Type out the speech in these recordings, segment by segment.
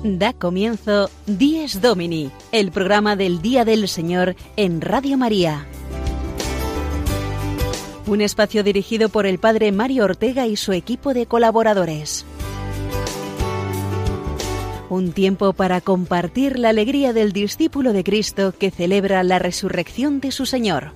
Da comienzo Dies Domini, el programa del Día del Señor en Radio María. Un espacio dirigido por el Padre Mario Ortega y su equipo de colaboradores. Un tiempo para compartir la alegría del discípulo de Cristo que celebra la resurrección de su Señor.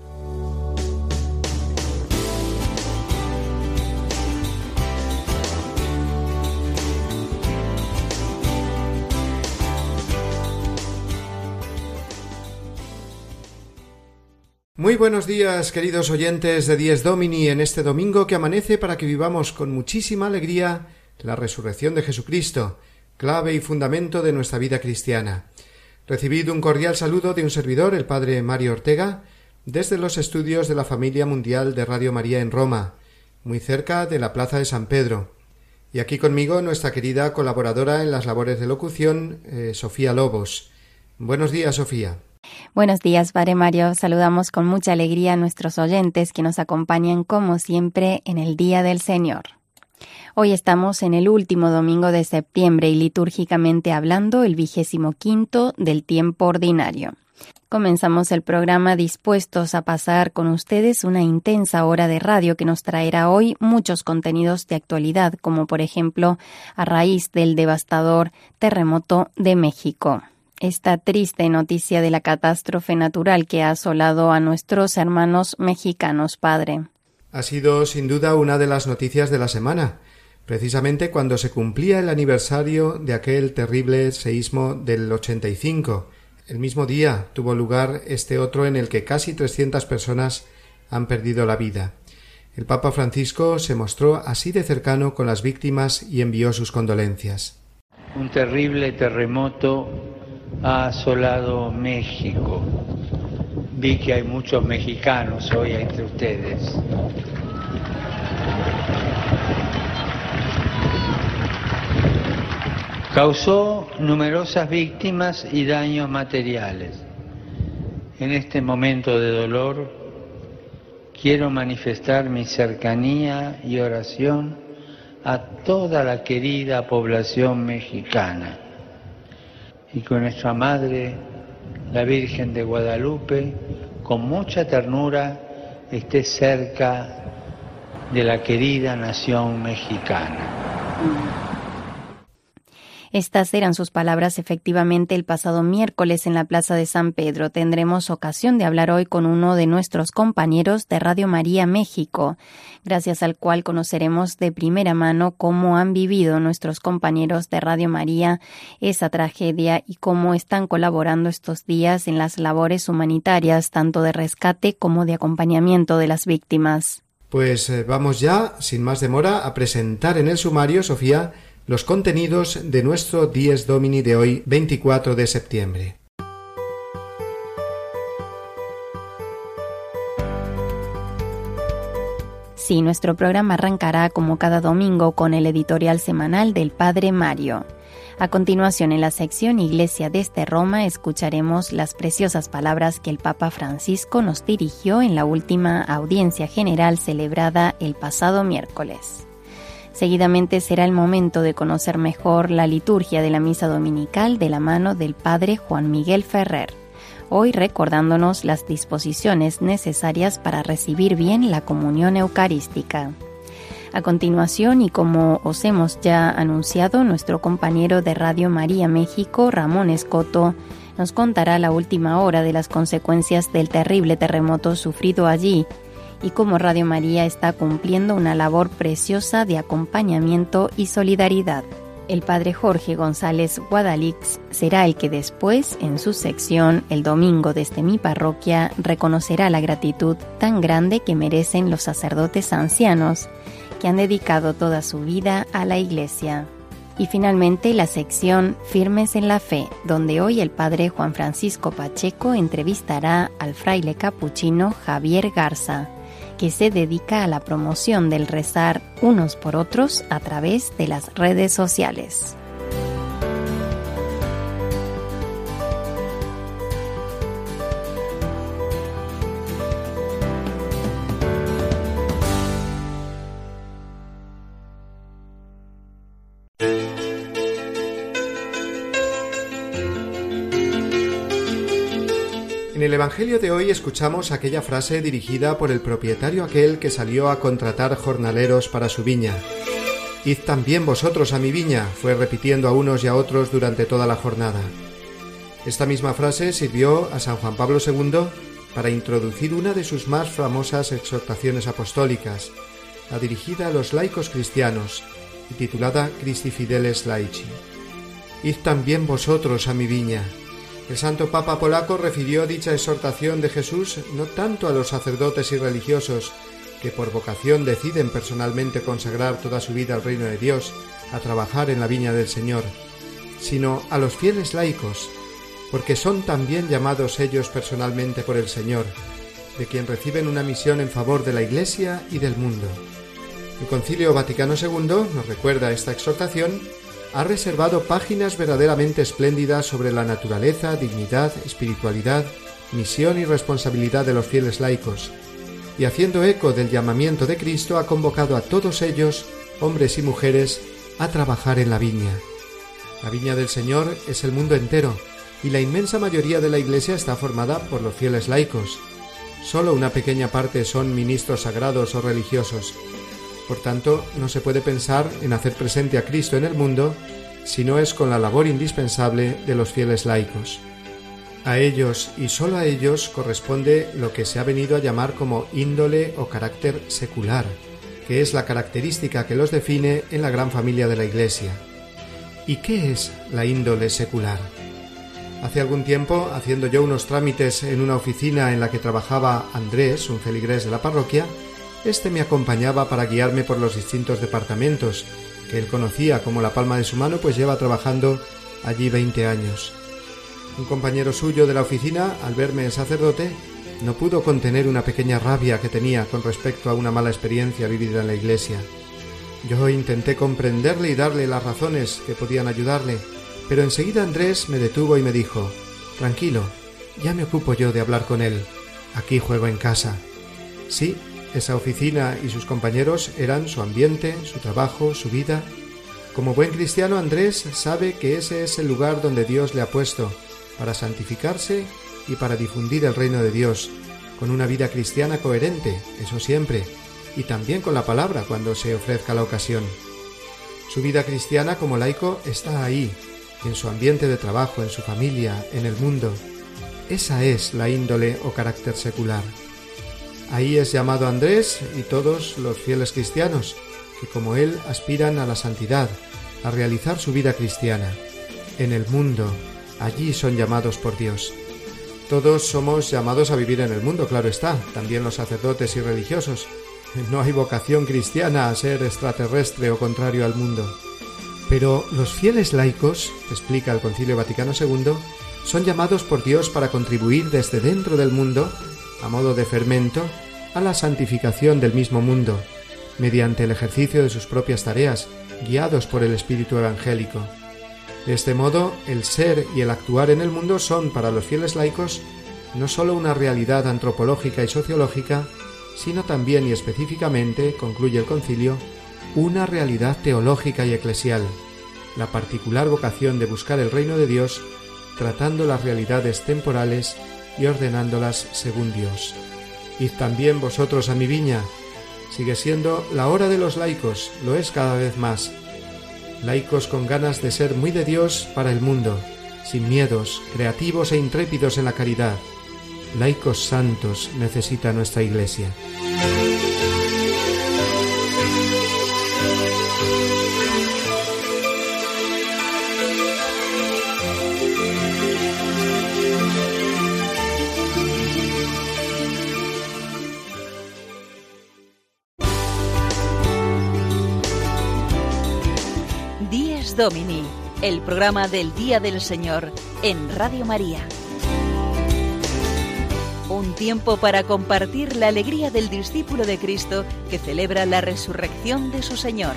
Muy buenos días, queridos oyentes de Dies Domini, en este domingo que amanece para que vivamos con muchísima alegría la resurrección de Jesucristo, clave y fundamento de nuestra vida cristiana. Recibid un cordial saludo de un servidor, el Padre Mario Ortega, desde los estudios de la Familia Mundial de Radio María en Roma, muy cerca de la Plaza de San Pedro. Y aquí conmigo nuestra querida colaboradora en las labores de locución, Sofía Lobos. Buenos días, Sofía. Buenos días, Padre Mario. Saludamos con mucha alegría a nuestros oyentes que nos acompañan como siempre en el Día del Señor. Hoy estamos en el último domingo de septiembre y litúrgicamente hablando el 25º del tiempo ordinario. Comenzamos el programa dispuestos a pasar con ustedes una intensa hora de radio que nos traerá hoy muchos contenidos de actualidad, como por ejemplo a raíz del devastador terremoto de México. Esta triste noticia de la catástrofe natural que ha asolado a nuestros hermanos mexicanos, Padre. Ha sido sin duda una de las noticias de la semana, precisamente cuando se cumplía el aniversario de aquel terrible seísmo del 85. El mismo día tuvo lugar este otro en el que casi 300 personas han perdido la vida. El Papa Francisco se mostró así de cercano con las víctimas y envió sus condolencias. Un terrible terremoto ha asolado México. Vi que hay muchos mexicanos hoy entre ustedes. Causó numerosas víctimas y daños materiales. En este momento de dolor, quiero manifestar mi cercanía y oración a toda la querida población mexicana. Y con nuestra Madre, la Virgen de Guadalupe, con mucha ternura, esté cerca de la querida nación mexicana. Estas eran sus palabras efectivamente el pasado miércoles en la Plaza de San Pedro. Tendremos ocasión de hablar hoy con uno de nuestros compañeros de Radio María México, gracias al cual conoceremos de primera mano cómo han vivido nuestros compañeros de Radio María esa tragedia y cómo están colaborando estos días en las labores humanitarias, tanto de rescate como de acompañamiento de las víctimas. Pues vamos ya, sin más demora, a presentar en el sumario, Sofía, los contenidos de nuestro Dies Domini de hoy, 24 de septiembre. Sí, nuestro programa arrancará como cada domingo con el editorial semanal del Padre Mario. A continuación, en la sección Iglesia desde Roma, escucharemos las preciosas palabras que el Papa Francisco nos dirigió en la última audiencia general celebrada el pasado miércoles. Seguidamente será el momento de conocer mejor la liturgia de la misa dominical de la mano del Padre Juan Miguel Ferrer, hoy recordándonos las disposiciones necesarias para recibir bien la comunión eucarística. A continuación, y como os hemos ya anunciado, nuestro compañero de Radio María México, Ramón Escoto, nos contará la última hora de las consecuencias del terrible terremoto sufrido allí, y cómo Radio María está cumpliendo una labor preciosa de acompañamiento y solidaridad. El Padre Jorge González Guadalix será el que después, en su sección El Domingo desde mi parroquia, reconocerá la gratitud tan grande que merecen los sacerdotes ancianos, que han dedicado toda su vida a la Iglesia. Y finalmente la sección Firmes en la Fe, donde hoy el Padre Juan Francisco Pacheco entrevistará al fraile capuchino Javier Garza, que se dedica a la promoción del rezar unos por otros a través de las redes sociales. Evangelio de hoy escuchamos aquella frase dirigida por el propietario aquel que salió a contratar jornaleros para su viña. «Id también vosotros a mi viña», fue repitiendo a unos y a otros durante toda la jornada. Esta misma frase sirvió a San Juan Pablo II para introducir una de sus más famosas exhortaciones apostólicas, la dirigida a los laicos cristianos y titulada Christi Fideles Laici. «Id también vosotros a mi viña». El Santo Papa polaco refirió dicha exhortación de Jesús no tanto a los sacerdotes y religiosos que por vocación deciden personalmente consagrar toda su vida al reino de Dios, a trabajar en la viña del Señor, sino a los fieles laicos, porque son también llamados ellos personalmente por el Señor, de quien reciben una misión en favor de la Iglesia y del mundo. El Concilio Vaticano II, nos recuerda esta exhortación, ha reservado páginas verdaderamente espléndidas sobre la naturaleza, dignidad, espiritualidad, misión y responsabilidad de los fieles laicos, y haciendo eco del llamamiento de Cristo ha convocado a todos ellos, hombres y mujeres, a trabajar en la viña. La viña del Señor es el mundo entero, y la inmensa mayoría de la Iglesia está formada por los fieles laicos. Solo una pequeña parte son ministros sagrados o religiosos. Por tanto, no se puede pensar en hacer presente a Cristo en el mundo si no es con la labor indispensable de los fieles laicos. A ellos y solo a ellos corresponde lo que se ha venido a llamar como índole o carácter secular, que es la característica que los define en la gran familia de la Iglesia. ¿Y qué es la índole secular? Hace algún tiempo, haciendo yo unos trámites en una oficina en la que trabajaba Andrés, un feligrés de la parroquia, este me acompañaba para guiarme por los distintos departamentos, que él conocía como la palma de su mano, pues lleva trabajando allí 20 años. Un compañero suyo de la oficina, al verme sacerdote, no pudo contener una pequeña rabia que tenía con respecto a una mala experiencia vivida en la Iglesia. Yo intenté comprenderle y darle las razones que podían ayudarle, pero enseguida Andrés me detuvo y me dijo: «Tranquilo, ya me ocupo yo de hablar con él. Aquí juego en casa». Sí, esa oficina y sus compañeros eran su ambiente, su trabajo, su vida. Como buen cristiano, Andrés sabe que ese es el lugar donde Dios le ha puesto, para santificarse y para difundir el reino de Dios, con una vida cristiana coherente, eso siempre, y también con la palabra cuando se ofrezca la ocasión. Su vida cristiana como laico está ahí, en su ambiente de trabajo, en su familia, en el mundo. Esa es la índole o carácter secular. Ahí es llamado Andrés y todos los fieles cristianos, que como él aspiran a la santidad, a realizar su vida cristiana. En el mundo, allí son llamados por Dios. Todos somos llamados a vivir en el mundo, claro está, también los sacerdotes y religiosos. No hay vocación cristiana a ser extraterrestre o contrario al mundo. Pero los fieles laicos, explica el Concilio Vaticano II, son llamados por Dios para contribuir desde dentro del mundo, a modo de fermento, a la santificación del mismo mundo, mediante el ejercicio de sus propias tareas, guiados por el Espíritu evangélico. De este modo, el ser y el actuar en el mundo son, para los fieles laicos, no sólo una realidad antropológica y sociológica, sino también y específicamente, concluye el concilio, una realidad teológica y eclesial, la particular vocación de buscar el reino de Dios, tratando las realidades temporales y ordenándolas según Dios. Id también vosotros a mi viña. Sigue siendo la hora de los laicos, lo es cada vez más. Laicos con ganas de ser muy de Dios para el mundo, sin miedos, creativos e intrépidos en la caridad. Laicos santos necesita nuestra Iglesia. Dies Domini, el programa del Día del Señor en Radio María. Un tiempo para compartir la alegría del discípulo de Cristo que celebra la resurrección de su Señor.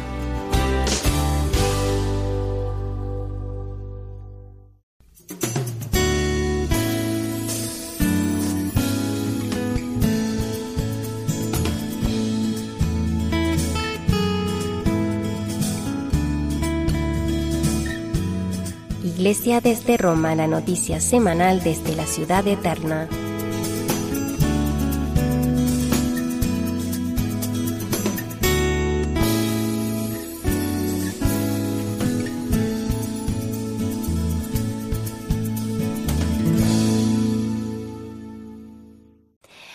Iglesia desde Roma, la noticia semanal desde la ciudad eterna.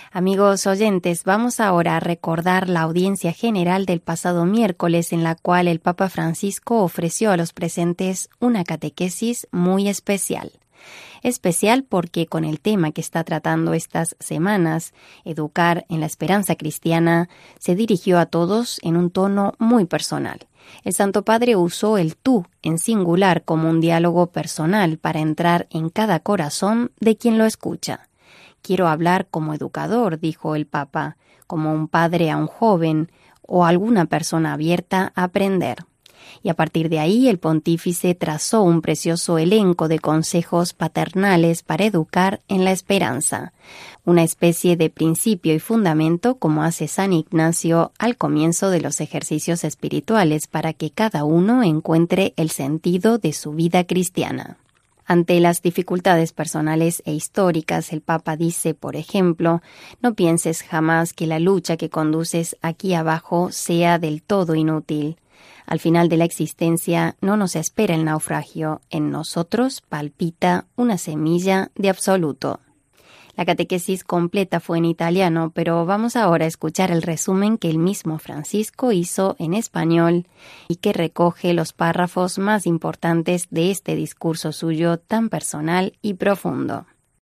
Amigos oyentes, vamos ahora a recordar la audiencia general del pasado miércoles en la cual el Papa Francisco ofreció a los presentes una catequesis muy especial. Especial porque con el tema que está tratando estas semanas, educar en la esperanza cristiana, se dirigió a todos en un tono muy personal. El Santo Padre usó el tú en singular como un diálogo personal para entrar en cada corazón de quien lo escucha. Quiero hablar como educador, dijo el Papa, como un padre a un joven o alguna persona abierta a aprender. Y a partir de ahí el pontífice trazó un precioso elenco de consejos paternales para educar en la esperanza, una especie de principio y fundamento como hace San Ignacio al comienzo de los ejercicios espirituales para que cada uno encuentre el sentido de su vida cristiana. Ante las dificultades personales e históricas, el Papa dice, por ejemplo, no pienses jamás que la lucha que conduces aquí abajo sea del todo inútil. Al final de la existencia no nos espera el naufragio, en nosotros palpita una semilla de absoluto. La catequesis completa fue en italiano, pero vamos ahora a escuchar el resumen que el mismo Francisco hizo en español y que recoge los párrafos más importantes de este discurso suyo tan personal y profundo.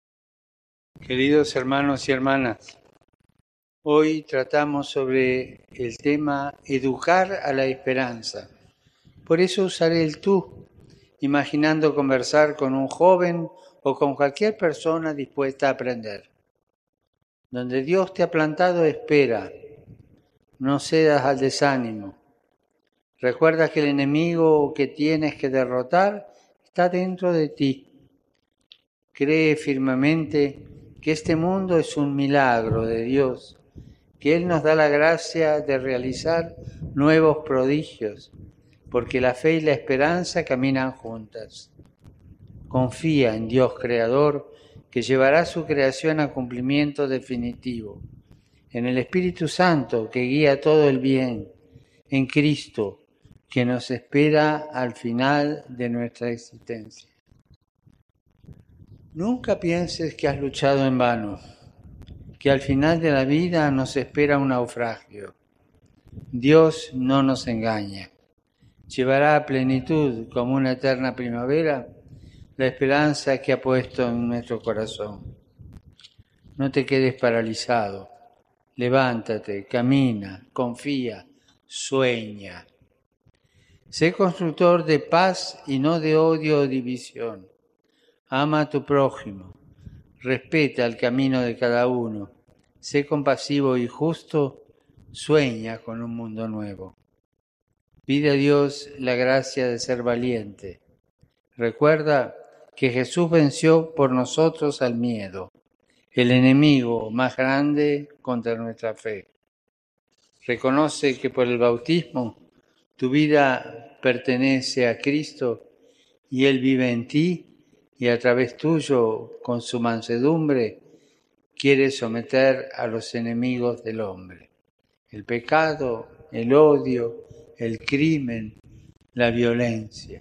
Queridos hermanos y hermanas, hoy tratamos sobre el tema educar a la esperanza. Por eso usaré el tú, imaginando conversar con un joven o con cualquier persona dispuesta a aprender. Donde Dios te ha plantado, espera. No cedas al desánimo. Recuerda que el enemigo que tienes que derrotar está dentro de ti. Cree firmemente que este mundo es un milagro de Dios, que Él nos da la gracia de realizar nuevos prodigios, porque la fe y la esperanza caminan juntas. Confía en Dios Creador, que llevará su creación a cumplimiento definitivo, en el Espíritu Santo, que guía todo el bien, en Cristo, que nos espera al final de nuestra existencia. Nunca pienses que has luchado en vano, que al final de la vida nos espera un naufragio. Dios no nos engaña. Llevará a plenitud, como una eterna primavera, la esperanza que ha puesto en nuestro corazón. No te quedes paralizado. Levántate, camina, confía, sueña. Sé constructor de paz y no de odio o división. Ama a tu prójimo. Respeta el camino de cada uno. Sé compasivo y justo. Sueña con un mundo nuevo. Pide a Dios la gracia de ser valiente. Recuerda que Jesús venció por nosotros al miedo, el enemigo más grande contra nuestra fe. Reconoce que por el bautismo tu vida pertenece a Cristo y Él vive en ti y a través tuyo, con su mansedumbre, quiere someter a los enemigos del hombre. El pecado, el odio, el crimen, la violencia.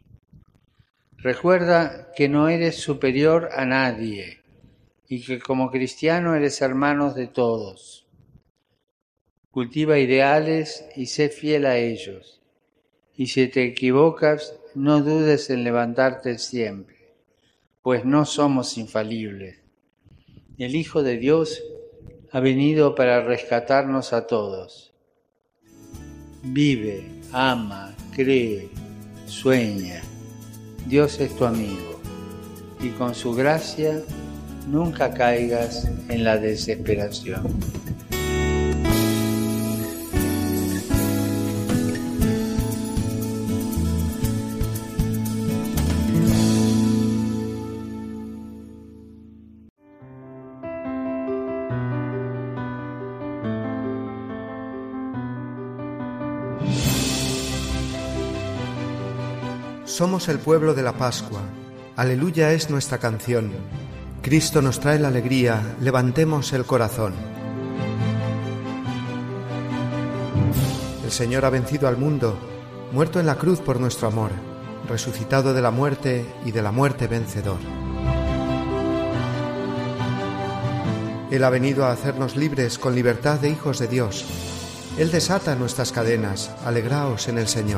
Recuerda que no eres superior a nadie y que como cristiano eres hermano de todos. Cultiva ideales y sé fiel a ellos. Y si te equivocas, no dudes en levantarte siempre, pues no somos infalibles. El Hijo de Dios ha venido para rescatarnos a todos. Vive, ama, cree, sueña. Dios es tu amigo y con su gracia nunca caigas en la desesperación. Somos el pueblo de la Pascua. Aleluya es nuestra canción. Cristo nos trae la alegría, levantemos el corazón. El Señor ha vencido al mundo, muerto en la cruz por nuestro amor, resucitado de la muerte y de la muerte vencedor. Él ha venido a hacernos libres con libertad de hijos de Dios. Él desata nuestras cadenas. Alegraos en el Señor.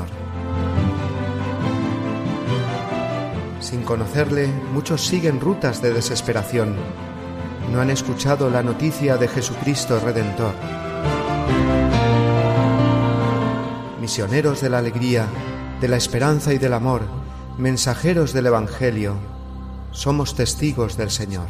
Sin conocerle, muchos siguen rutas de desesperación. No han escuchado la noticia de Jesucristo Redentor. Misioneros de la alegría, de la esperanza y del amor, mensajeros del Evangelio, somos testigos del Señor.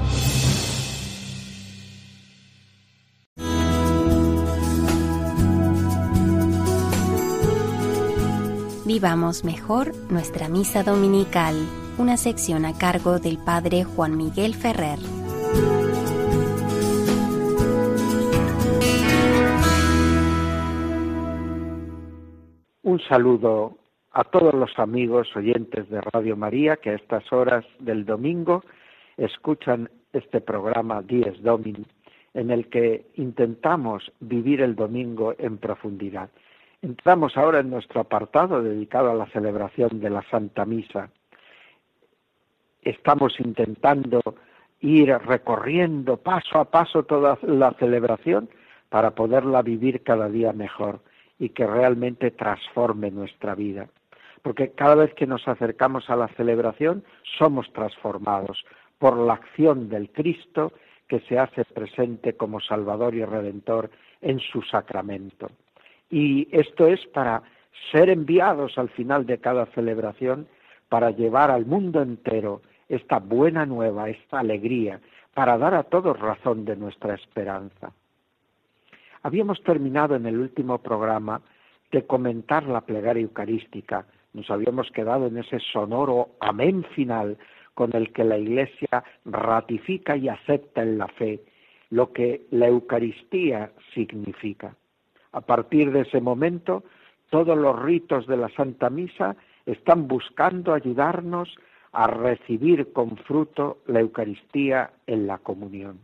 Vivamos mejor nuestra misa dominical, una sección a cargo del Padre Juan Miguel Ferrer. Un saludo a todos los amigos oyentes de Radio María que a estas horas del domingo escuchan este programa Dies Domini, en el que intentamos vivir el domingo en profundidad. Entramos ahora en nuestro apartado dedicado a la celebración de la Santa Misa. Estamos intentando ir recorriendo paso a paso toda la celebración para poderla vivir cada día mejor y que realmente transforme nuestra vida. Porque cada vez que nos acercamos a la celebración somos transformados por la acción del Cristo que se hace presente como Salvador y Redentor en su sacramento. Y esto es para ser enviados al final de cada celebración para llevar al mundo entero esta buena nueva, esta alegría, para dar a todos razón de nuestra esperanza. Habíamos terminado en el último programa de comentar la plegaria eucarística. Nos habíamos quedado en ese sonoro amén final con el que la Iglesia ratifica y acepta en la fe lo que la Eucaristía significa. A partir de ese momento, todos los ritos de la Santa Misa están buscando ayudarnos a recibir con fruto la Eucaristía en la comunión.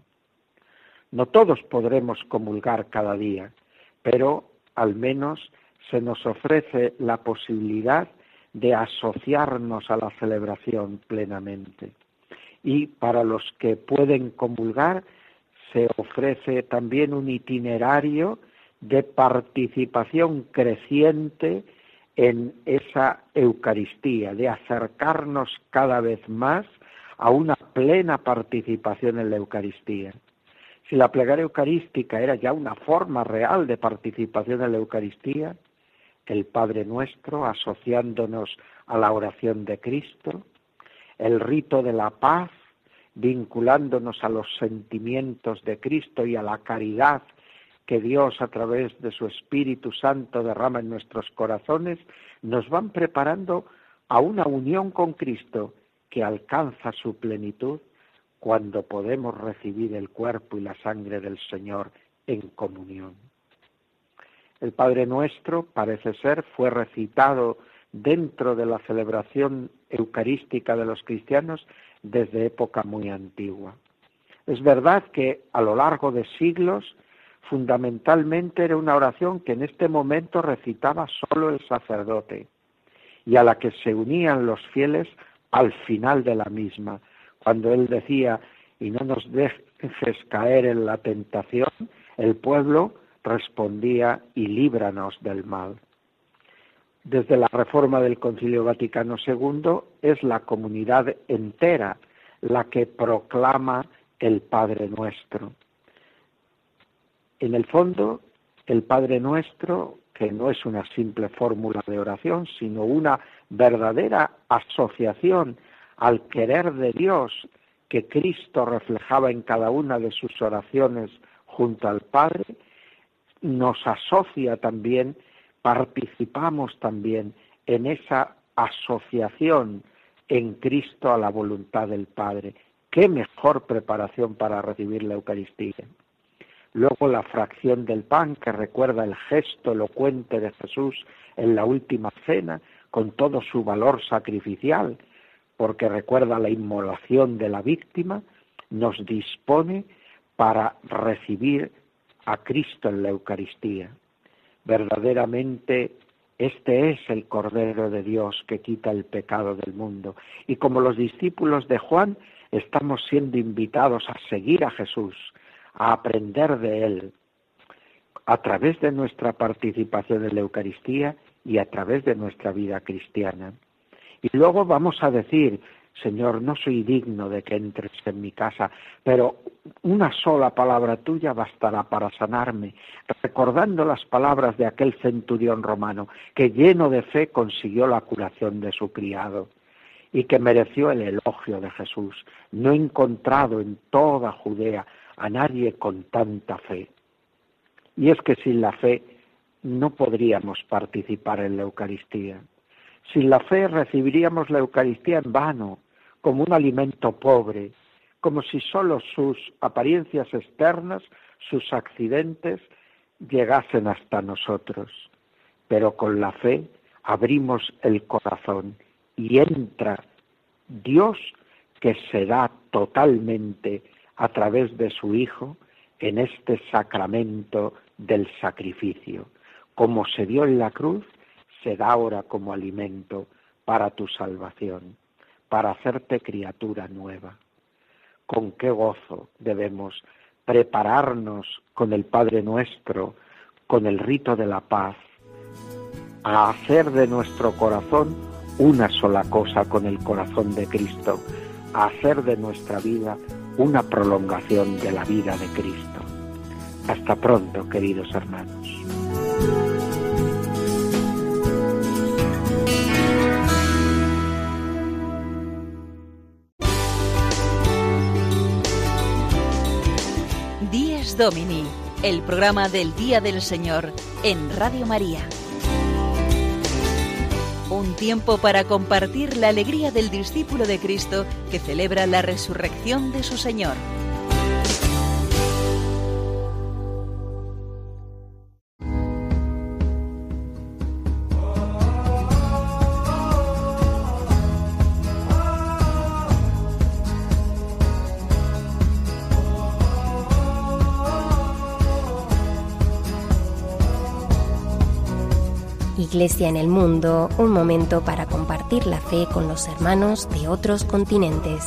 No todos podremos comulgar cada día, pero al menos se nos ofrece la posibilidad de asociarnos a la celebración plenamente. Y para los que pueden comulgar, se ofrece también un itinerario de participación creciente en esa Eucaristía, de acercarnos cada vez más a una plena participación en la Eucaristía. Si la plegaria eucarística era ya una forma real de participación en la Eucaristía, el Padre Nuestro asociándonos a la oración de Cristo, el rito de la paz vinculándonos a los sentimientos de Cristo y a la caridad que Dios a través de su Espíritu Santo derrama en nuestros corazones, nos van preparando a una unión con Cristo que alcanza su plenitud cuando podemos recibir el cuerpo y la sangre del Señor en comunión. El Padre Nuestro, parece ser, fue recitado dentro de la celebración eucarística de los cristianos desde época muy antigua. Es verdad que a lo largo de siglos fundamentalmente era una oración que en este momento recitaba solo el sacerdote y a la que se unían los fieles al final de la misma, cuando él decía, y no nos dejes caer en la tentación, el pueblo respondía, y líbranos del mal. Desde la reforma del Concilio Vaticano II es la comunidad entera la que proclama el Padre Nuestro. En el fondo, el Padre Nuestro, que no es una simple fórmula de oración, sino una verdadera asociación al querer de Dios que Cristo reflejaba en cada una de sus oraciones junto al Padre, nos asocia también, participamos también en esa asociación en Cristo a la voluntad del Padre. ¡Qué mejor preparación para recibir la Eucaristía! Luego la fracción del pan, que recuerda el gesto elocuente de Jesús en la última cena, con todo su valor sacrificial, porque recuerda la inmolación de la víctima, nos dispone para recibir a Cristo en la Eucaristía. Verdaderamente, este es el Cordero de Dios que quita el pecado del mundo. Y como los discípulos de Juan, estamos siendo invitados a seguir a Jesús, a aprender de Él, a través de nuestra participación en la Eucaristía y a través de nuestra vida cristiana. Y luego vamos a decir: Señor, no soy digno de que entres en mi casa, pero una sola palabra tuya bastará para sanarme, recordando las palabras de aquel centurión romano que lleno de fe consiguió la curación de su criado y que mereció el elogio de Jesús. No he encontrado en toda Judea a nadie con tanta fe. Y es que sin la fe no podríamos participar en la Eucaristía. Sin la fe recibiríamos la Eucaristía en vano, como un alimento pobre, como si solo sus apariencias externas, sus accidentes, llegasen hasta nosotros. Pero con la fe abrimos el corazón y entra Dios, que se da totalmente a través de su Hijo en este sacramento del sacrificio. Como se dio en la cruz, se da ahora como alimento para tu salvación, para hacerte criatura nueva. Con qué gozo debemos prepararnos con el Padre Nuestro, con el rito de la paz, a hacer de nuestro corazón una sola cosa con el corazón de Cristo, a hacer de nuestra vida una prolongación de la vida de Cristo. Hasta pronto, queridos hermanos. Dies Domini, el programa del Día del Señor en Radio María. Un tiempo para compartir la alegría del discípulo de Cristo que celebra la resurrección de su Señor. Iglesia en el mundo, un momento para compartir la fe con los hermanos de otros continentes.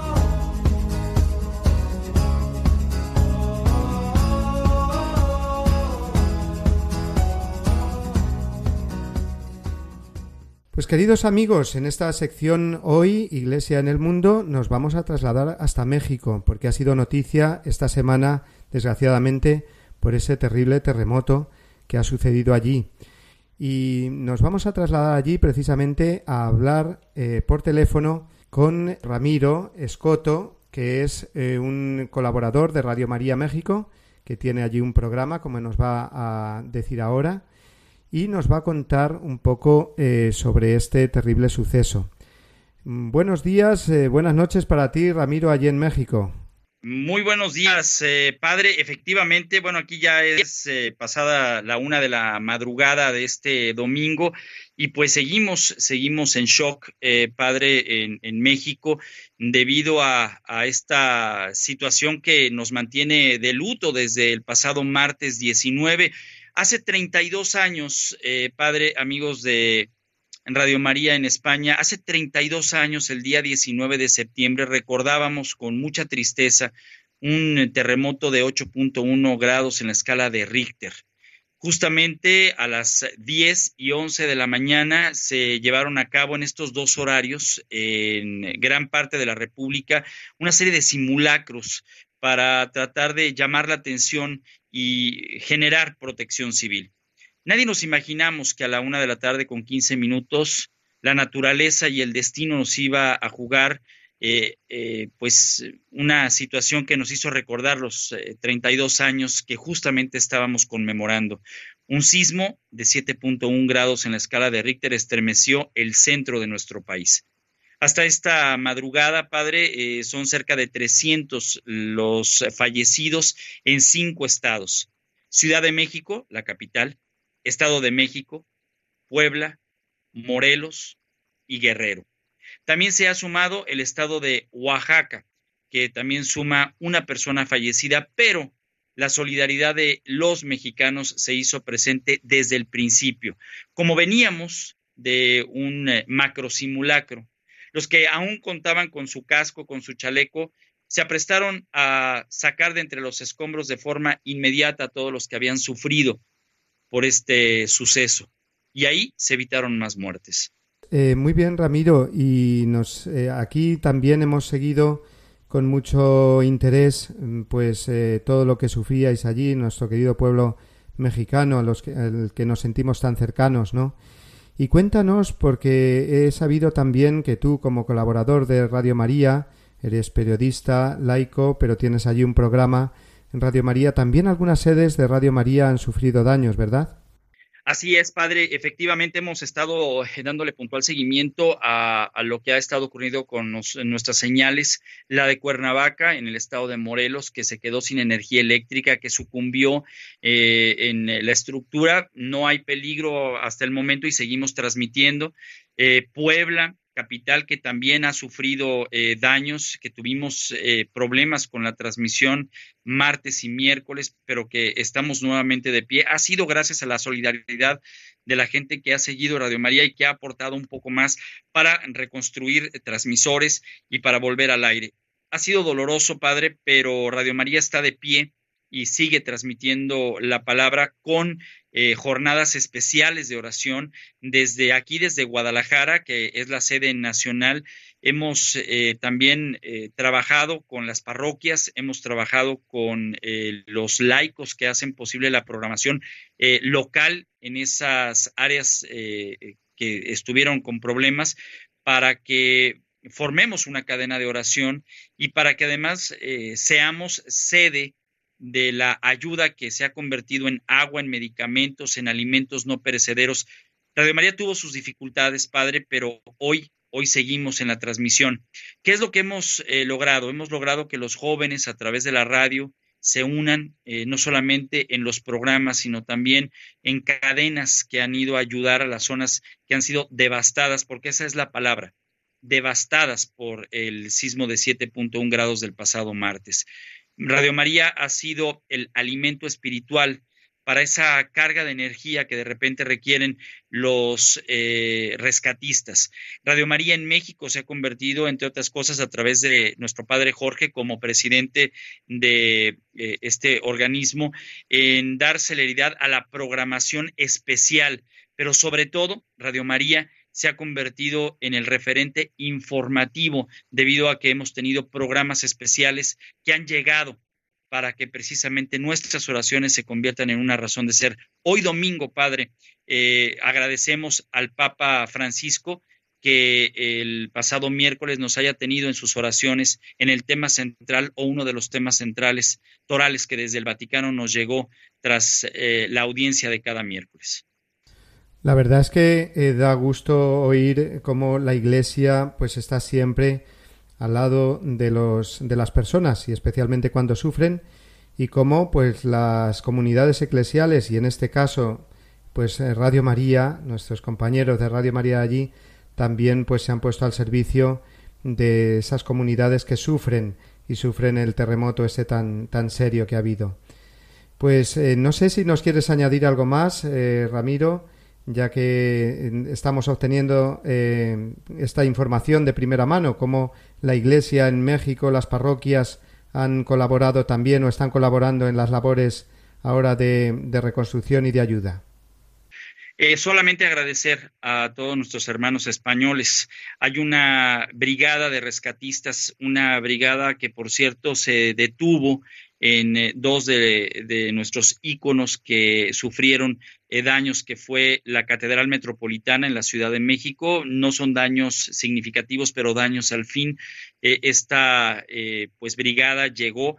Pues queridos amigos, en esta sección hoy, Iglesia en el mundo, nos vamos a trasladar hasta México, porque ha sido noticia esta semana, desgraciadamente, por ese terrible terremoto que ha sucedido allí. Y nos vamos a trasladar allí precisamente a hablar por teléfono con Ramiro Escoto, que es un colaborador de Radio María México, que tiene allí un programa, como nos va a decir ahora, y nos va a contar un poco sobre este terrible suceso. Buenos días, buenas noches para ti, Ramiro, allí en México. Muy buenos días, padre. Efectivamente, bueno, aquí ya es pasada la 1 de la madrugada de este domingo y pues seguimos en shock, padre, en México, debido a esta situación que nos mantiene de luto desde el pasado martes 19. Hace 32 años, padre, amigos de Radio María en España, hace 32 años, el día 19 de septiembre, recordábamos con mucha tristeza un terremoto de 8.1 grados en la escala de Richter. Justamente a las 10 y 11 de la mañana se llevaron a cabo en estos dos horarios, en gran parte de la República, una serie de simulacros para tratar de llamar la atención y generar protección civil. Nadie nos imaginamos que a la 1 de la tarde con 15 minutos la naturaleza y el destino nos iba a jugar pues una situación que nos hizo recordar los 32 años que justamente estábamos conmemorando. Un sismo de 7.1 grados en la escala de Richter estremeció el centro de nuestro país. Hasta esta madrugada, padre, son cerca de 300 los fallecidos en 5 estados. Ciudad de México, la capital, Estado de México, Puebla, Morelos y Guerrero. También se ha sumado el estado de Oaxaca, que también suma una persona fallecida, pero la solidaridad de los mexicanos se hizo presente desde el principio. Como veníamos de un macro simulacro, Los que aún contaban con su casco, con su chaleco, se aprestaron a sacar de entre los escombros de forma inmediata a todos los que habían sufrido por este suceso. Y ahí se evitaron más muertes. Muy bien, Ramiro, y aquí también hemos seguido con mucho interés pues todo lo que sufríais allí, nuestro querido pueblo mexicano, al que nos sentimos tan cercanos, ¿no? Y cuéntanos, porque he sabido también que tú, como colaborador de Radio María, eres periodista, laico, pero tienes allí un programa en Radio María. También algunas sedes de Radio María han sufrido daños, ¿verdad? Así es, padre. Efectivamente, hemos estado dándole puntual seguimiento a lo que ha estado ocurriendo con nuestras señales. La de Cuernavaca, en el estado de Morelos, que se quedó sin energía eléctrica, que sucumbió en la estructura. No hay peligro hasta el momento y seguimos transmitiendo. Puebla, capital, que también ha sufrido daños, que tuvimos problemas con la transmisión martes y miércoles, pero que estamos nuevamente de pie. Ha sido gracias a la solidaridad de la gente que ha seguido Radio María y que ha aportado un poco más para reconstruir transmisores y para volver al aire. Ha sido doloroso, padre, pero Radio María está de pie y sigue transmitiendo la palabra con jornadas especiales de oración desde aquí, desde Guadalajara, que es la sede nacional. Hemos también trabajado con las parroquias, hemos trabajado con los laicos que hacen posible la programación local en esas áreas que estuvieron con problemas, para que formemos una cadena de oración y para que además seamos sede de la ayuda que se ha convertido en agua, en medicamentos, en alimentos no perecederos. Radio María tuvo sus dificultades, padre, pero hoy seguimos en la transmisión. ¿Qué es lo que hemos logrado? Hemos logrado que los jóvenes a través de la radio se unan no solamente en los programas, sino también en cadenas que han ido a ayudar a las zonas que han sido devastadas, porque esa es la palabra, devastadas por el sismo de 7.1 grados del pasado martes. Radio María ha sido el alimento espiritual para esa carga de energía que de repente requieren los rescatistas. Radio María en México se ha convertido, entre otras cosas, a través de nuestro padre Jorge como presidente de este organismo, en dar celeridad a la programación especial, pero sobre todo Radio María se ha convertido en el referente informativo debido a que hemos tenido programas especiales que han llegado para que precisamente nuestras oraciones se conviertan en una razón de ser. Hoy domingo, padre, agradecemos al Papa Francisco que el pasado miércoles nos haya tenido en sus oraciones en el tema central o uno de los temas centrales torales que desde el Vaticano nos llegó tras la audiencia de cada miércoles. La verdad es que da gusto oír cómo la Iglesia pues está siempre al lado de las personas y especialmente cuando sufren, y cómo pues las comunidades eclesiales y en este caso pues Radio María, nuestros compañeros de Radio María allí también pues se han puesto al servicio de esas comunidades que sufren el terremoto tan serio que ha habido. Pues no sé si nos quieres añadir algo más, Ramiro, ya que estamos obteniendo esta información de primera mano, cómo la Iglesia en México, las parroquias han colaborado también o están colaborando en las labores ahora de reconstrucción y de ayuda. Solamente agradecer a todos nuestros hermanos españoles. Hay una brigada de rescatistas, una brigada que, por cierto, se detuvo en dos de nuestros íconos que sufrieron daños, que fue la Catedral Metropolitana en la Ciudad de México. No son daños significativos, pero daños al fin. Esta pues brigada llegó,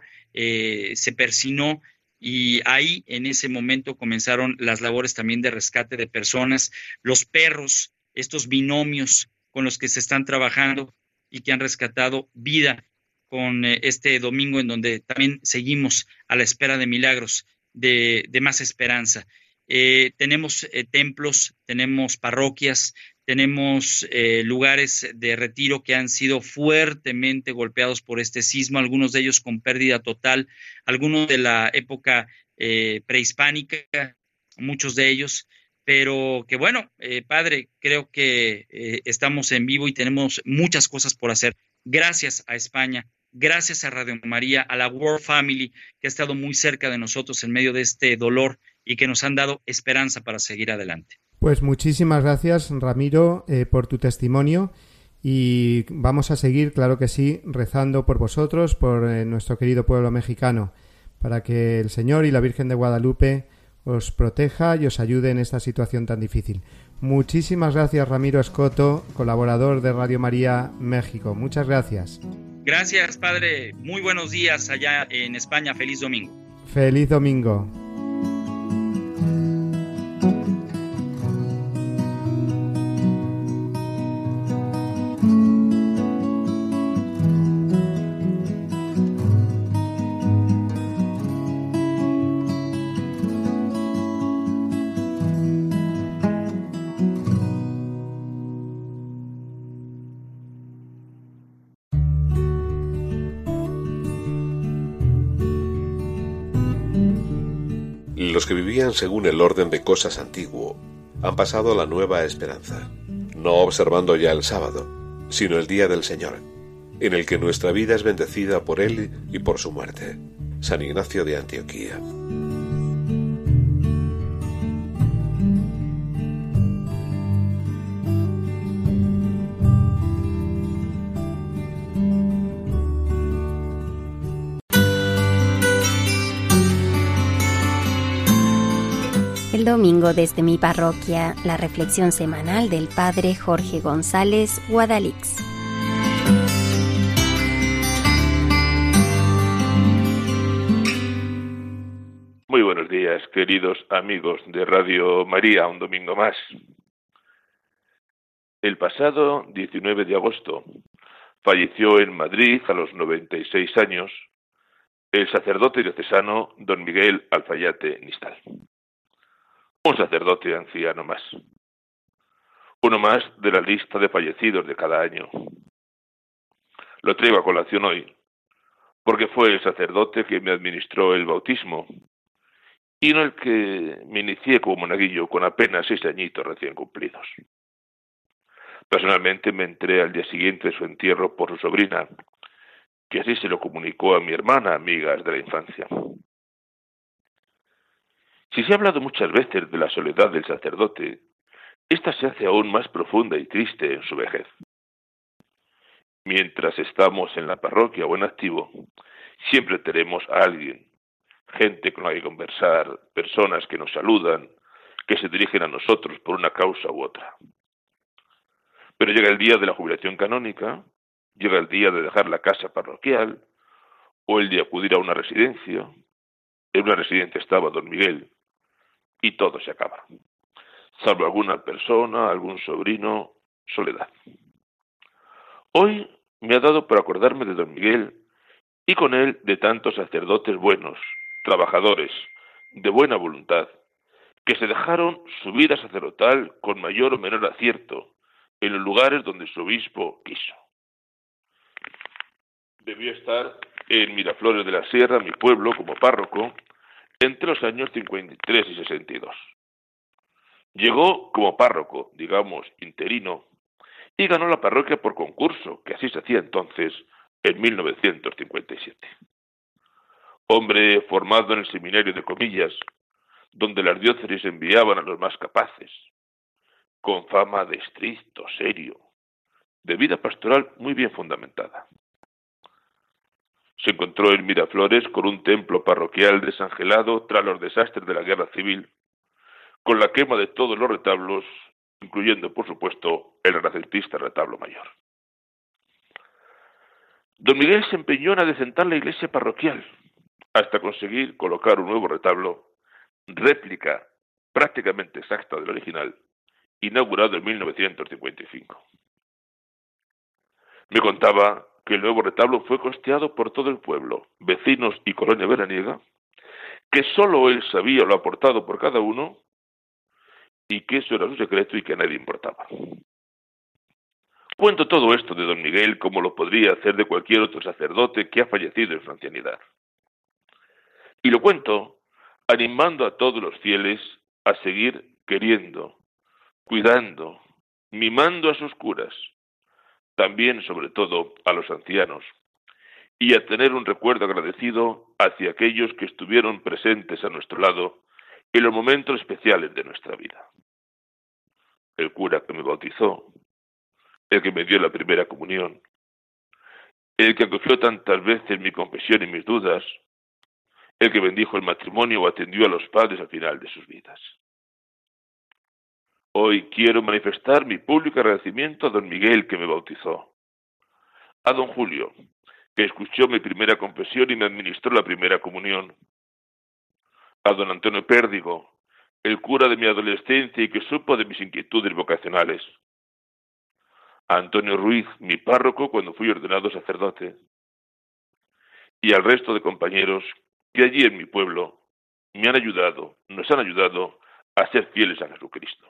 se persinó, y ahí en ese momento comenzaron las labores también de rescate de personas, los perros, estos binomios con los que se están trabajando y que han rescatado vida con este domingo, en donde también seguimos a la espera de milagros, de más esperanza. Tenemos templos, tenemos parroquias, tenemos lugares de retiro que han sido fuertemente golpeados por este sismo, algunos de ellos con pérdida total, algunos de la época prehispánica, muchos de ellos, pero que bueno, Padre, creo que estamos en vivo y tenemos muchas cosas por hacer. Gracias a España, gracias a Radio María, a la World Family, que ha estado muy cerca de nosotros en medio de este dolor y que nos han dado esperanza para seguir adelante. Pues muchísimas gracias, Ramiro, por tu testimonio, y vamos a seguir, claro que sí, rezando por vosotros, por nuestro querido pueblo mexicano, para que el Señor y la Virgen de Guadalupe os proteja y os ayude en esta situación tan difícil. Muchísimas gracias, Ramiro Escoto, colaborador de Radio María México. Muchas gracias. Gracias, Padre. Muy buenos días allá en España. Feliz domingo. Feliz domingo. Los que vivían según el orden de cosas antiguo han pasado a la nueva esperanza, no observando ya el sábado, sino el día del Señor, en el que nuestra vida es bendecida por Él y por su muerte. San Ignacio de Antioquía. El domingo desde mi parroquia, la reflexión semanal del Padre Jorge González Guadalix. Muy buenos días, queridos amigos de Radio María, un domingo más. El pasado 19 de agosto falleció en Madrid a los 96 años el sacerdote diocesano don Miguel Alfayate Nistal. Un sacerdote anciano más. Uno más de la lista de fallecidos de cada año. Lo traigo a colación hoy, porque fue el sacerdote que me administró el bautismo y en el que me inicié como monaguillo con apenas 6 añitos recién cumplidos. Personalmente me enteré al día siguiente de su entierro por su sobrina, que así se lo comunicó a mi hermana, amigas de la infancia. Si se ha hablado muchas veces de la soledad del sacerdote, esta se hace aún más profunda y triste en su vejez. Mientras estamos en la parroquia o en activo, siempre tenemos a alguien, gente con la que conversar, personas que nos saludan, que se dirigen a nosotros por una causa u otra. Pero llega el día de la jubilación canónica, llega el día de dejar la casa parroquial, o el de acudir a una residencia. En una residencia estaba don Miguel, y todo se acaba. Salvo alguna persona, algún sobrino, soledad. Hoy me ha dado por acordarme de don Miguel y con él de tantos sacerdotes buenos, trabajadores, de buena voluntad, que se dejaron su vida sacerdotal con mayor o menor acierto en los lugares donde su obispo quiso. Debió estar en Miraflores de la Sierra, mi pueblo, como párroco, entre los años 53 y 62. Llegó como párroco, digamos, interino, y ganó la parroquia por concurso, que así se hacía entonces, en 1957. Hombre formado en el seminario de Comillas, donde las diócesis enviaban a los más capaces, con fama de estricto, serio, de vida pastoral muy bien fundamentada. Se encontró en Miraflores con un templo parroquial desangelado tras los desastres de la guerra civil, con la quema de todos los retablos, incluyendo, por supuesto, el renacentista retablo mayor. Don Miguel se empeñó en adecentar la iglesia parroquial, hasta conseguir colocar un nuevo retablo, réplica prácticamente exacta del original, inaugurado en 1955. Me contaba que el nuevo retablo fue costeado por todo el pueblo, vecinos y colonia veraniega, que solo él sabía lo aportado por cada uno y que eso era su secreto y que a nadie importaba. Cuento todo esto de don Miguel como lo podría hacer de cualquier otro sacerdote que ha fallecido en su ancianidad. Y lo cuento animando a todos los fieles a seguir queriendo, cuidando, mimando a sus curas, también sobre todo a los ancianos, y a tener un recuerdo agradecido hacia aquellos que estuvieron presentes a nuestro lado en los momentos especiales de nuestra vida. El cura que me bautizó, el que me dio la primera comunión, el que acogió tantas veces mi confesión y mis dudas, el que bendijo el matrimonio o atendió a los padres al final de sus vidas. Hoy quiero manifestar mi público agradecimiento a don Miguel, que me bautizó, a don Julio, que escuchó mi primera confesión y me administró la primera comunión, a don Antonio Pérdigo, el cura de mi adolescencia y que supo de mis inquietudes vocacionales, a Antonio Ruiz, mi párroco cuando fui ordenado sacerdote, y al resto de compañeros que allí en mi pueblo nos han ayudado a ser fieles a Jesucristo.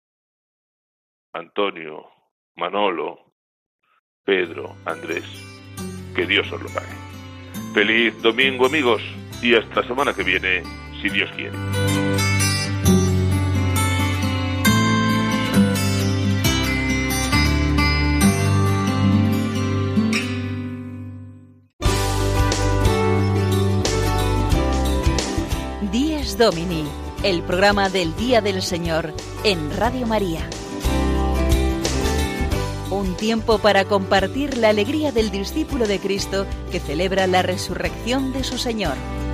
Antonio, Manolo, Pedro, Andrés, que Dios os lo pague. Feliz domingo, amigos, y hasta la semana que viene, si Dios quiere. Dies Domini, el programa del Día del Señor en Radio María. Un tiempo para compartir la alegría del discípulo de Cristo que celebra la resurrección de su Señor.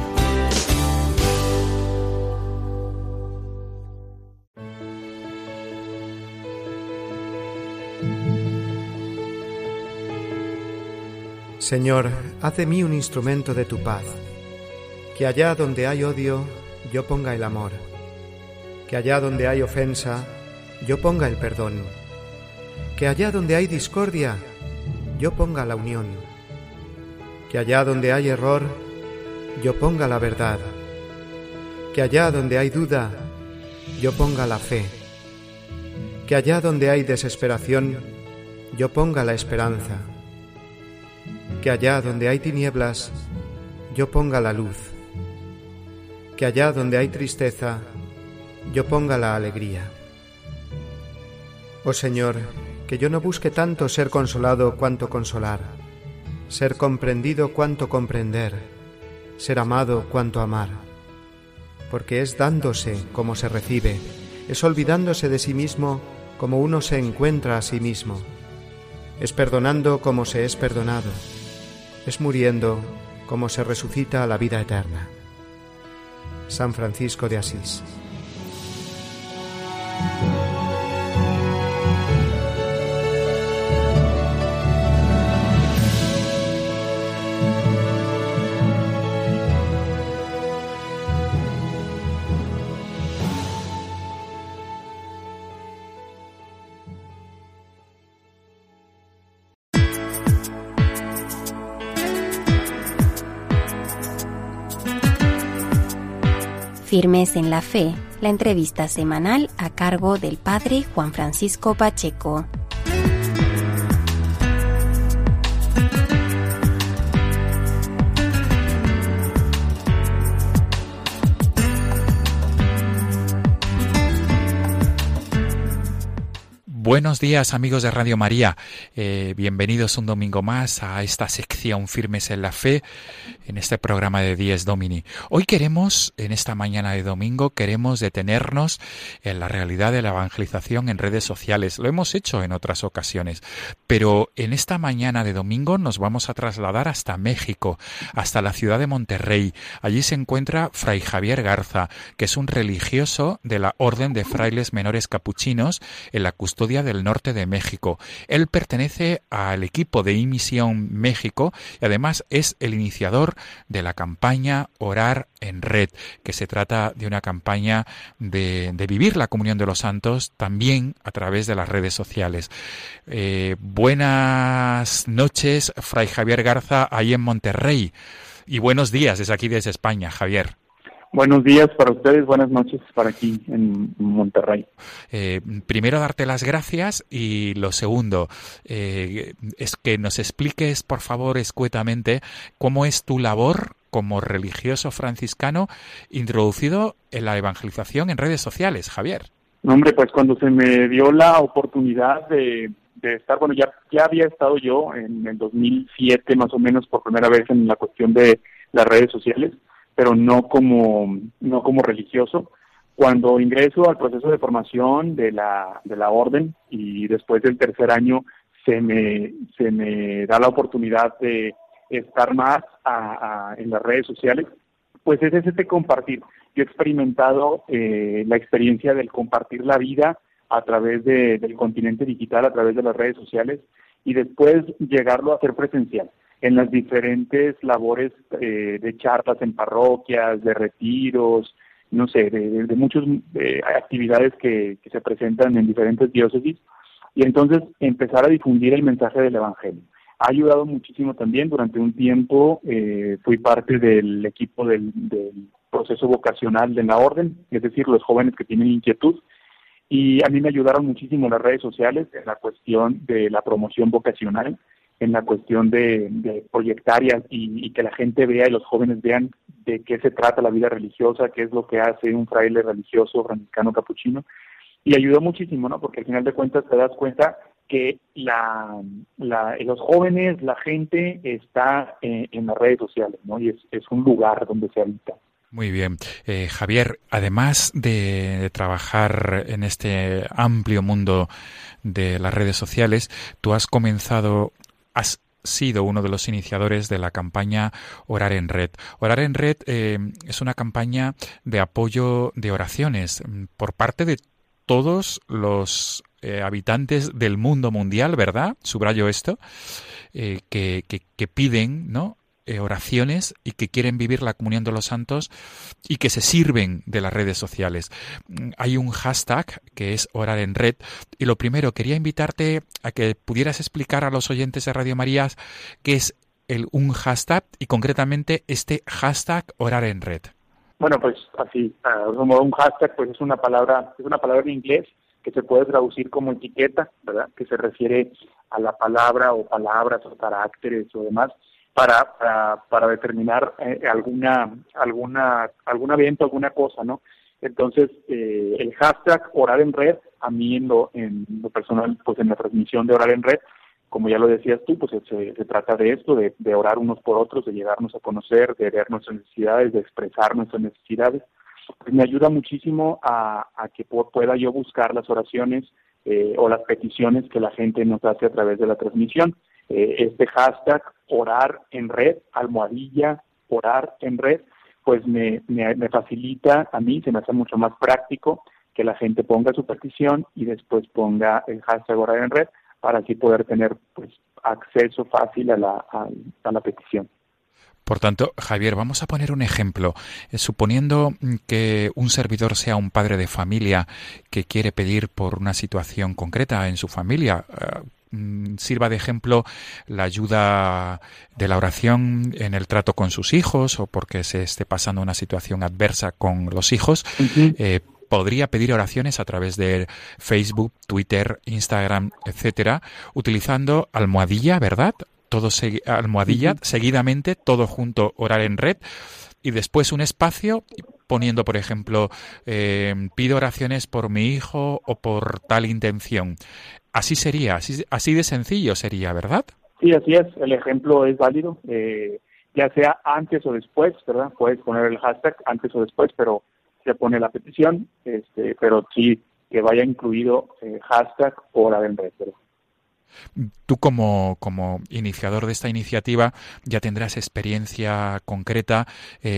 Señor, haz de mí un instrumento de tu paz. Que allá donde hay odio, yo ponga el amor. Que allá donde hay ofensa, yo ponga el perdón. Que allá donde hay discordia, yo ponga la unión. Que allá donde hay error, yo ponga la verdad. Que allá donde hay duda, yo ponga la fe. Que allá donde hay desesperación, yo ponga la esperanza. Que allá donde hay tinieblas, yo ponga la luz. Que allá donde hay tristeza, yo ponga la alegría. Oh Señor, que yo no busque tanto ser consolado cuanto consolar, ser comprendido cuanto comprender, ser amado cuanto amar. Porque es dándose como se recibe, es olvidándose de sí mismo como uno se encuentra a sí mismo, es perdonando como se es perdonado, es muriendo como se resucita a la vida eterna. San Francisco de Asís. Firmes en la Fe, la entrevista semanal a cargo del Padre Juan Francisco Pacheco. Buenos días, amigos de Radio María. Bienvenidos un domingo más a esta sección Firmes en la Fe, en este programa de Dies Domini. Hoy queremos, en esta mañana de domingo, queremos detenernos en la realidad de la evangelización en redes sociales. Lo hemos hecho en otras ocasiones, pero en esta mañana de domingo nos vamos a trasladar hasta México, hasta la ciudad de Monterrey. Allí se encuentra Fray Javier Garza, que es un religioso de la Orden de Frailes Menores Capuchinos en la Custodia del Norte de México. Él pertenece al equipo de iMisión México y además es el iniciador de la campaña Orar en Red, que se trata de una campaña de vivir la comunión de los santos también a través de las redes sociales. Buenas noches, Fray Javier Garza, ahí en Monterrey, y buenos días desde aquí, desde España, Javier. Buenos días para ustedes, buenas noches para aquí en Monterrey. Primero, darte las gracias, y lo segundo es que nos expliques, por favor, escuetamente, cómo es tu labor como religioso franciscano introducido en la evangelización en redes sociales, Javier. No, hombre, pues cuando se me dio la oportunidad de estar, bueno, ya había estado yo en el 2007 más o menos por primera vez en la cuestión de las redes sociales, pero no como religioso. Cuando ingreso al proceso de formación de la orden y después del tercer año se me da la oportunidad de estar más en las redes sociales, pues es ese compartir. Yo he experimentado la experiencia del compartir la vida a través del continente digital, a través de las redes sociales, y después llegarlo a hacer presencial en las diferentes labores de charlas en parroquias, de retiros, no sé, de muchas actividades que se presentan en diferentes diócesis, y entonces empezar a difundir el mensaje del Evangelio. Ha ayudado muchísimo también. Durante un tiempo fui parte del equipo del proceso vocacional de la orden, es decir, los jóvenes que tienen inquietud, y a mí me ayudaron muchísimo las redes sociales en la cuestión de la promoción vocacional, en la cuestión de proyectar y que la gente vea y los jóvenes vean de qué se trata la vida religiosa, qué es lo que hace un fraile religioso franciscano capuchino, y ayudó muchísimo, ¿no? Porque al final de cuentas te das cuenta que los jóvenes, la gente está en las redes sociales, ¿no? Y es un lugar donde se habita. Muy bien. Javier, además de trabajar en este amplio mundo de las redes sociales, tú has sido uno de los iniciadores de la campaña Orar en Red. Orar en Red es una campaña de apoyo de oraciones por parte de todos los habitantes del mundo mundial, ¿verdad? Subrayo esto, que piden, ¿no?, oraciones y que quieren vivir la comunión de los santos y que se sirven de las redes sociales. Hay un hashtag que es Orar en Red, y lo primero, quería invitarte a que pudieras explicar a los oyentes de Radio María qué es un hashtag y concretamente este hashtag Orar en Red. Bueno, pues así, como un hashtag, pues es una palabra en inglés que se puede traducir como etiqueta, ¿verdad? Que se refiere a la palabra o palabras o caracteres o demás para determinar algún evento, alguna cosa, ¿no? Entonces, el hashtag Orar en Red, a mí en lo personal, pues en la transmisión de Orar en Red, como ya lo decías tú, pues se trata de esto, de orar unos por otros, de llegarnos a conocer, de ver nuestras necesidades, de expresar nuestras necesidades. Pues me ayuda muchísimo a que pueda yo buscar las oraciones o las peticiones que la gente nos hace a través de la transmisión. Este hashtag Orar en Red, @ Orar en Red, pues me facilita a mí, se me hace mucho más práctico que la gente ponga su petición y después ponga el hashtag Orar en Red para así poder tener pues acceso fácil a la petición. Por tanto, Javier, vamos a poner un ejemplo. Suponiendo que un servidor sea un padre de familia que quiere pedir por una situación concreta en su familia, sirva de ejemplo la ayuda de la oración en el trato con sus hijos o porque se esté pasando una situación adversa con los hijos, podría pedir oraciones a través de Facebook, Twitter, Instagram, etcétera, utilizando almohadilla, ¿verdad? Almohadilla, seguidamente, todo junto, Orar en Red, y después un espacio poniendo, por ejemplo, pido oraciones por mi hijo o por tal intención. Así sería, así de sencillo sería, ¿verdad? Sí, así es, el ejemplo es válido, ya sea antes o después, ¿verdad? Puedes poner el hashtag antes o después, pero se pone la petición, pero sí que vaya incluido hashtag Orar en Red, ¿verdad? Tú como iniciador de esta iniciativa ya tendrás experiencia concreta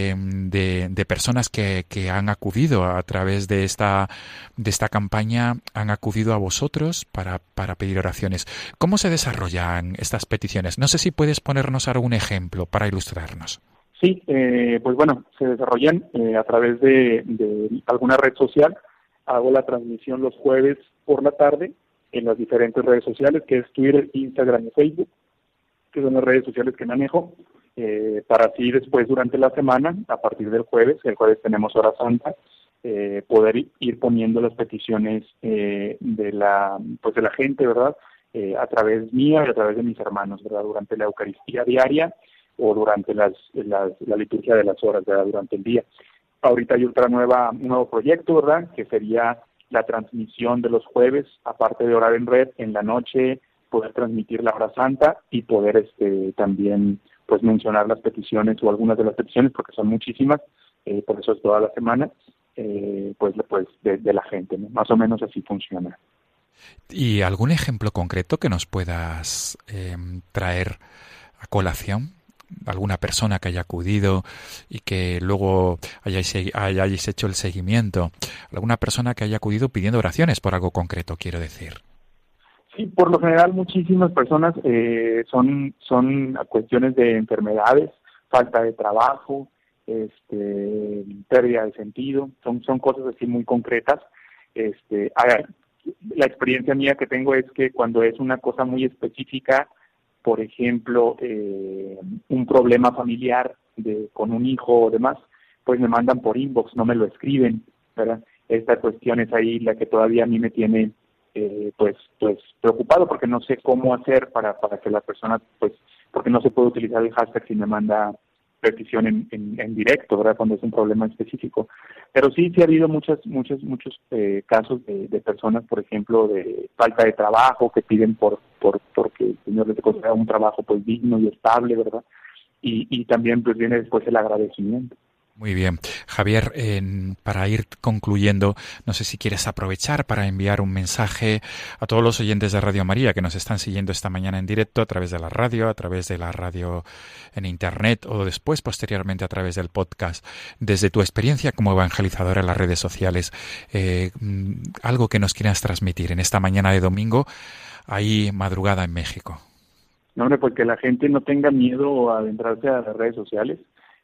de personas que han acudido a través de esta campaña, han acudido a vosotros para pedir oraciones. ¿Cómo se desarrollan estas peticiones? No sé si puedes ponernos algún ejemplo para ilustrarnos. Sí, pues bueno, se desarrollan a través de alguna red social. Hago la transmisión los jueves por la tarde en las diferentes redes sociales, que es Twitter, Instagram y Facebook, que son las redes sociales que manejo, para así después durante la semana, a partir del jueves, el jueves tenemos Hora Santa, poder ir poniendo las peticiones de la gente, ¿verdad? A través mía y a través de mis hermanos, ¿verdad? Durante la Eucaristía diaria o durante la liturgia de las horas, ¿verdad? Durante el día. Ahorita hay un nuevo proyecto, ¿verdad? Que sería la transmisión de los jueves, aparte de orar en red, en la noche poder transmitir la hora santa y poder también pues mencionar las peticiones o algunas de las peticiones, porque son muchísimas, por eso es toda la semana, pues de la gente, ¿no? Más o menos así funciona. ¿Y algún ejemplo concreto que nos puedas traer a colación? ¿Alguna persona que haya acudido y que luego hayáis hecho el seguimiento? ¿Alguna persona que haya acudido pidiendo oraciones por algo concreto, quiero decir? Sí, por lo general muchísimas personas son cuestiones de enfermedades, falta de trabajo, pérdida de sentido, son cosas así muy concretas. La experiencia mía que tengo es que cuando es una cosa muy específica, por ejemplo, un problema familiar con un hijo o demás, pues me mandan por inbox, no me lo escriben, ¿verdad? Esta cuestión es ahí la que todavía a mí me tiene pues preocupado, porque no sé cómo hacer para que la persona, pues, porque no se puede utilizar el hashtag si me manda petición en directo, ¿verdad? Cuando es un problema específico. Pero sí ha habido muchos casos de personas, por ejemplo, de falta de trabajo, que piden porque el Señor les conceda un trabajo pues digno y estable, ¿verdad? Y también pues viene después el agradecimiento. Muy bien. Javier, para ir concluyendo, no sé si quieres aprovechar para enviar un mensaje a todos los oyentes de Radio María que nos están siguiendo esta mañana en directo a través de la radio en Internet o después, posteriormente, a través del podcast. Desde tu experiencia como evangelizadora en las redes sociales, algo que nos quieras transmitir en esta mañana de domingo, ahí madrugada en México. No, hombre, pues que la gente no tenga miedo a adentrarse a las redes sociales,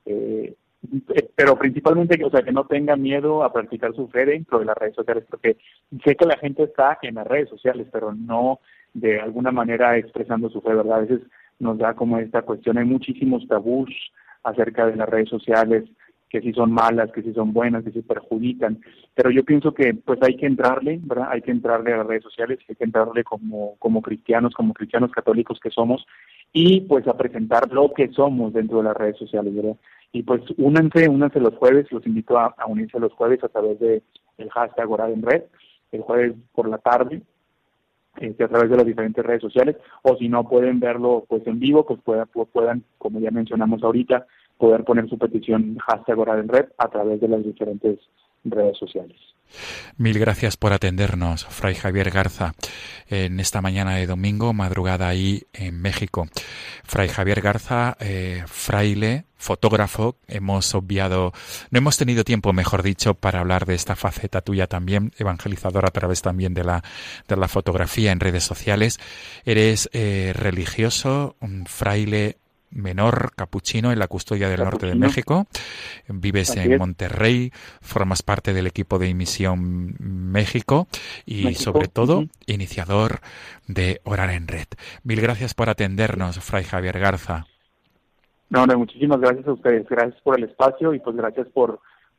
pero principalmente que no tenga miedo a practicar su fe dentro de las redes sociales, porque sé que la gente está en las redes sociales, pero no de alguna manera expresando su fe, ¿verdad? A veces nos da como esta cuestión, hay muchísimos tabús acerca de las redes sociales, que si son malas, que si son buenas, que si perjudican, pero yo pienso que pues hay que entrarle, ¿verdad? Hay que entrarle a las redes sociales, hay que entrarle como cristianos católicos que somos, y pues a presentar lo que somos dentro de las redes sociales, ¿verdad? Y pues únanse los jueves, los invito a unirse los jueves a través de el hashtag Orar en Red, el jueves por la tarde, a través de las diferentes redes sociales, o si no pueden verlo pues en vivo, pues puedan, como ya mencionamos ahorita, poder poner su petición hashtag Orar en Red a través de las diferentes redes sociales. Mil gracias por atendernos, Fray Javier Garza, en esta mañana de domingo, madrugada ahí en México. Fray Javier Garza, fraile, fotógrafo, no hemos tenido tiempo, mejor dicho, para hablar de esta faceta tuya también, evangelizador a través también de la fotografía en redes sociales. Eres religioso, un fraile menor capuchino en la Custodia del Norte de México, vives en Monterrey, formas parte del equipo de Misión México y sobre todo iniciador de Orar en Red. Mil gracias por atendernos, Fray Javier Garza. No, muchísimas gracias a ustedes, gracias por el espacio y pues gracias por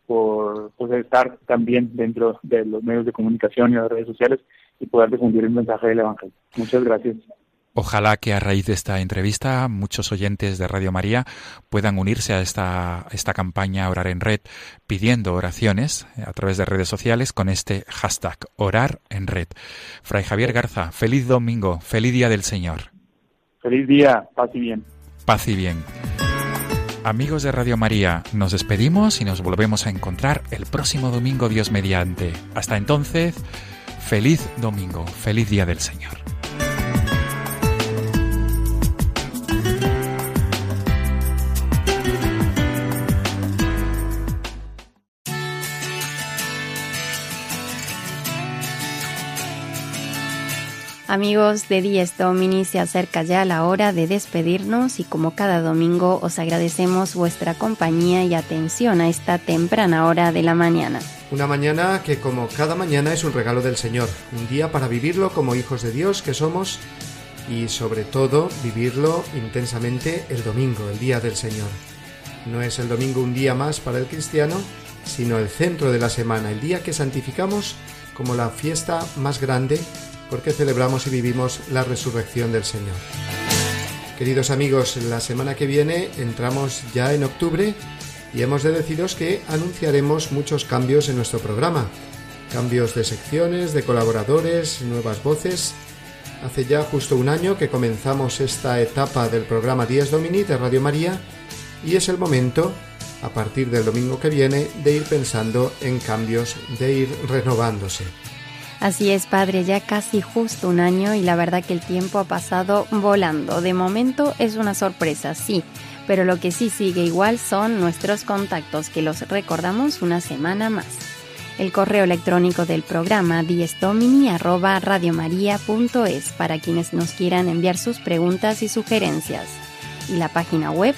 estar también dentro de los medios de comunicación y las redes sociales y poder difundir el mensaje del Evangelio. Muchas gracias. Ojalá que a raíz de esta entrevista muchos oyentes de Radio María puedan unirse a esta campaña Orar en Red pidiendo oraciones a través de redes sociales con este hashtag Orar en Red. Fray Javier Garza, feliz domingo, feliz día del Señor. Feliz día, paz y bien. Paz y bien. Amigos de Radio María, nos despedimos y nos volvemos a encontrar el próximo domingo, Dios mediante. Hasta entonces, feliz domingo, feliz día del Señor. Amigos de Dies Domini, se acerca ya la hora de despedirnos y como cada domingo os agradecemos vuestra compañía y atención a esta temprana hora de la mañana. Una mañana que como cada mañana es un regalo del Señor, un día para vivirlo como hijos de Dios que somos y sobre todo vivirlo intensamente el domingo, el día del Señor. No es el domingo un día más para el cristiano, sino el centro de la semana, el día que santificamos como la fiesta más grande porque celebramos y vivimos la resurrección del Señor. Queridos amigos, la semana que viene entramos ya en octubre y hemos de deciros que anunciaremos muchos cambios en nuestro programa. Cambios de secciones, de colaboradores, nuevas voces. Hace ya justo un año que comenzamos esta etapa del programa Dies Domini de Radio María y es el momento, a partir del domingo que viene, de ir pensando en cambios, de ir renovándose. Así es, Padre, ya casi justo un año y la verdad que el tiempo ha pasado volando. De momento es una sorpresa, sí, pero lo que sí sigue igual son nuestros contactos, que los recordamos una semana más. El correo electrónico del programa diesdomini@radiomaria.es para quienes nos quieran enviar sus preguntas y sugerencias. Y la página web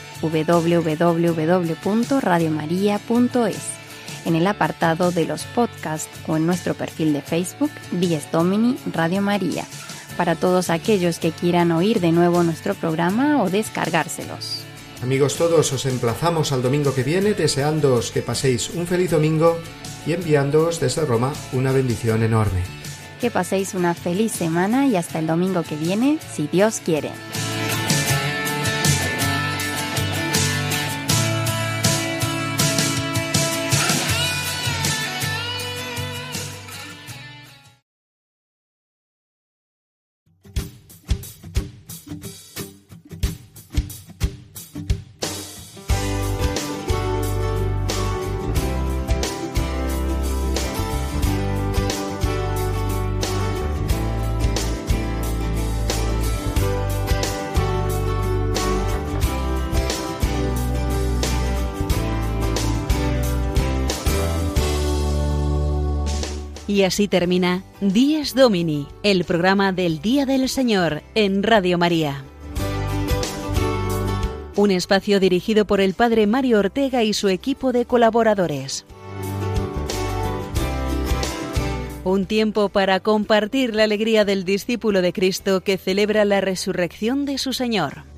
www.radiomaria.es. En el apartado de los podcasts o en nuestro perfil de Facebook, Dies Domini Radio María, para todos aquellos que quieran oír de nuevo nuestro programa o descargárselos. Amigos todos, os emplazamos al domingo que viene, deseándoos que paséis un feliz domingo y enviándoos desde Roma una bendición enorme. Que paséis una feliz semana y hasta el domingo que viene, si Dios quiere. Y así termina Dies Domini, el programa del Día del Señor en Radio María. Un espacio dirigido por el Padre Mario Ortega y su equipo de colaboradores. Un tiempo para compartir la alegría del discípulo de Cristo que celebra la resurrección de su Señor.